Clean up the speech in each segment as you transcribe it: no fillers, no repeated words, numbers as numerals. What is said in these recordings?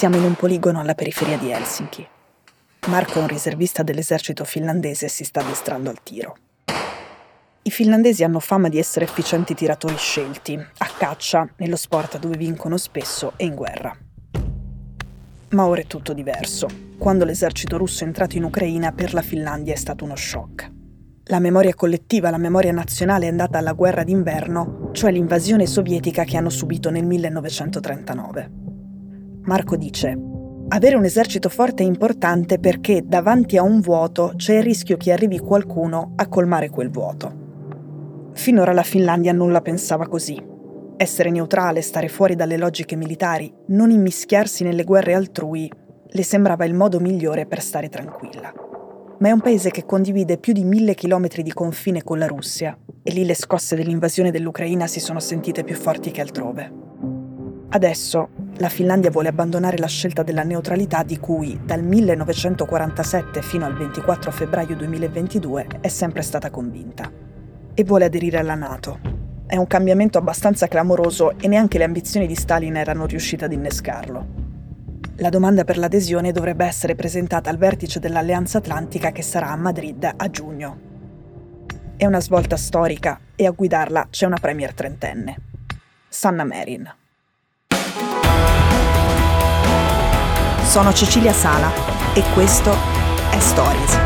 Siamo in un poligono alla periferia di Helsinki. Marco è un riservista dell'esercito finlandese e si sta addestrando al tiro. I finlandesi hanno fama di essere efficienti tiratori scelti, a caccia, nello sport dove vincono spesso e in guerra. Ma ora è tutto diverso. Quando l'esercito russo è entrato in Ucraina, per la Finlandia è stato uno shock. La memoria collettiva, la memoria nazionale è andata alla guerra d'inverno, cioè l'invasione sovietica che hanno subito nel 1939. Marco dice: avere un esercito forte è importante perché davanti a un vuoto c'è il rischio che arrivi qualcuno a colmare quel vuoto. Finora la Finlandia non la pensava così. Essere neutrale, stare fuori dalle logiche militari, non immischiarsi nelle guerre altrui, le sembrava il modo migliore per stare tranquilla. Ma è un paese che condivide più di 1000 chilometri di confine con la Russia e lì le scosse dell'invasione dell'Ucraina si sono sentite più forti che altrove. Adesso la Finlandia vuole abbandonare la scelta della neutralità di cui dal 1947 fino al 24 febbraio 2022 è sempre stata convinta. E vuole aderire alla NATO. È un cambiamento abbastanza clamoroso e neanche le ambizioni di Stalin erano riuscite ad innescarlo. La domanda per l'adesione dovrebbe essere presentata al vertice dell'Alleanza Atlantica che sarà a Madrid a giugno. È una svolta storica e a guidarla c'è una premier trentenne, Sanna Marin. Sono Cecilia Sala e questo è Stories.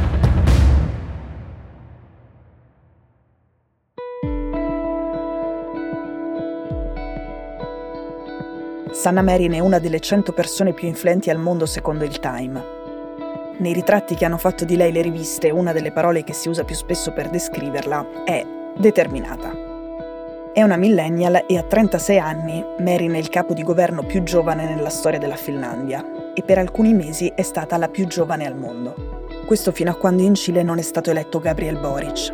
Sanna Marin è una delle 100 persone più influenti al mondo secondo il Time. Nei ritratti che hanno fatto di lei le riviste, una delle parole che si usa più spesso per descriverla è determinata. È una millennial e a 36 anni Marin è il capo di governo più giovane nella storia della Finlandia e per alcuni mesi è stata la più giovane al mondo. Questo fino a quando in Cile non è stato eletto Gabriel Boric.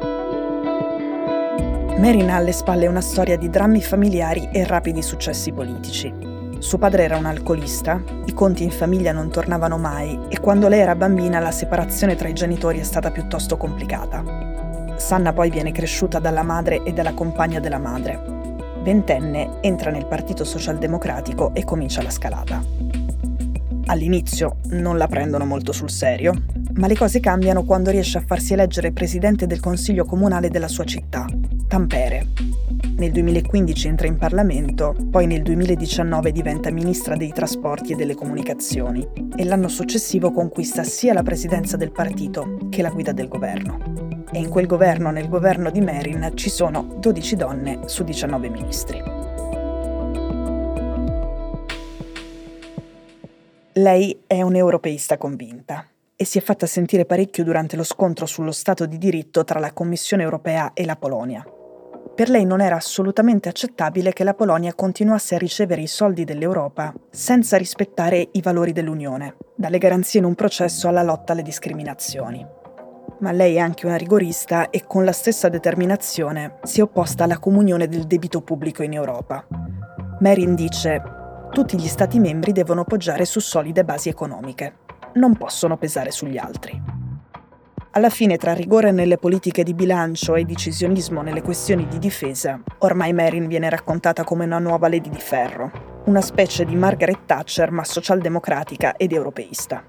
Marin ha alle spalle una storia di drammi familiari e rapidi successi politici. Suo padre era un alcolista, i conti in famiglia non tornavano mai e quando lei era bambina la separazione tra i genitori è stata piuttosto complicata. Sanna poi viene cresciuta dalla madre e dalla compagna della madre. Ventenne entra nel Partito Socialdemocratico e comincia la scalata. All'inizio non la prendono molto sul serio, ma le cose cambiano quando riesce a farsi eleggere presidente del consiglio comunale della sua città, Tampere. Nel 2015 entra in Parlamento, poi nel 2019 diventa ministra dei trasporti e delle comunicazioni e l'anno successivo conquista sia la presidenza del partito che la guida del governo. E in quel governo, nel governo di Marin, ci sono 12 donne su 19 ministri. Lei è un'europeista convinta e si è fatta sentire parecchio durante lo scontro sullo Stato di diritto tra la Commissione europea e la Polonia. Per lei non era assolutamente accettabile che la Polonia continuasse a ricevere i soldi dell'Europa senza rispettare i valori dell'Unione, dalle garanzie in un processo alla lotta alle discriminazioni. Ma lei è anche una rigorista e con la stessa determinazione si è opposta alla comunione del debito pubblico in Europa. Marin dice: tutti gli Stati membri devono poggiare su solide basi economiche, non possono pesare sugli altri. Alla fine, tra rigore nelle politiche di bilancio e decisionismo nelle questioni di difesa, ormai Marin viene raccontata come una nuova Lady di Ferro, una specie di Margaret Thatcher ma socialdemocratica ed europeista.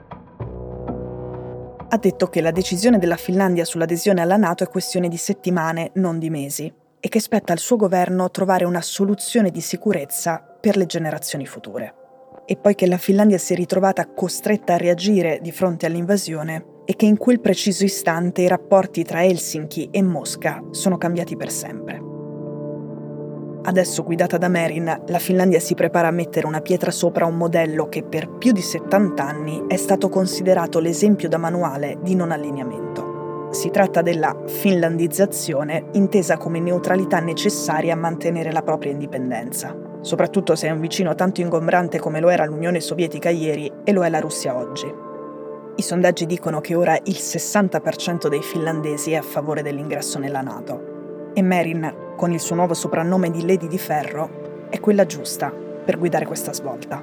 Ha detto che la decisione della Finlandia sull'adesione alla NATO è questione di settimane, non di mesi, e che spetta al suo governo trovare una soluzione di sicurezza per le generazioni future. E poi che la Finlandia si è ritrovata costretta a reagire di fronte all'invasione e che in quel preciso istante i rapporti tra Helsinki e Mosca sono cambiati per sempre. Adesso, guidata da Marin, la Finlandia si prepara a mettere una pietra sopra un modello che per più di 70 anni è stato considerato l'esempio da manuale di non allineamento. Si tratta della finlandizzazione, intesa come neutralità necessaria a mantenere la propria indipendenza, soprattutto se è un vicino tanto ingombrante come lo era l'Unione Sovietica ieri e lo è la Russia oggi. I sondaggi dicono che ora il 60% dei finlandesi è a favore dell'ingresso nella NATO e Marin, con il suo nuovo soprannome di Lady di Ferro, è quella giusta per guidare questa svolta.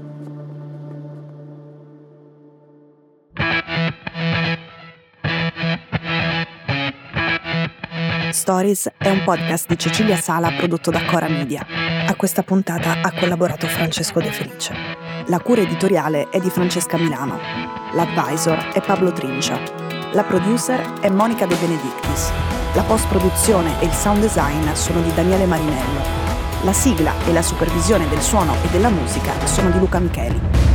Stories è un podcast di Cecilia Sala prodotto da Cora Media. A questa puntata ha collaborato Francesco De Felice. La cura editoriale è di Francesca Milano. L'advisor è Pablo Trincia. La producer è Monica De Benedictis. La post-produzione e il sound design sono di Daniele Marinello. La sigla e la supervisione del suono e della musica sono di Luca Micheli.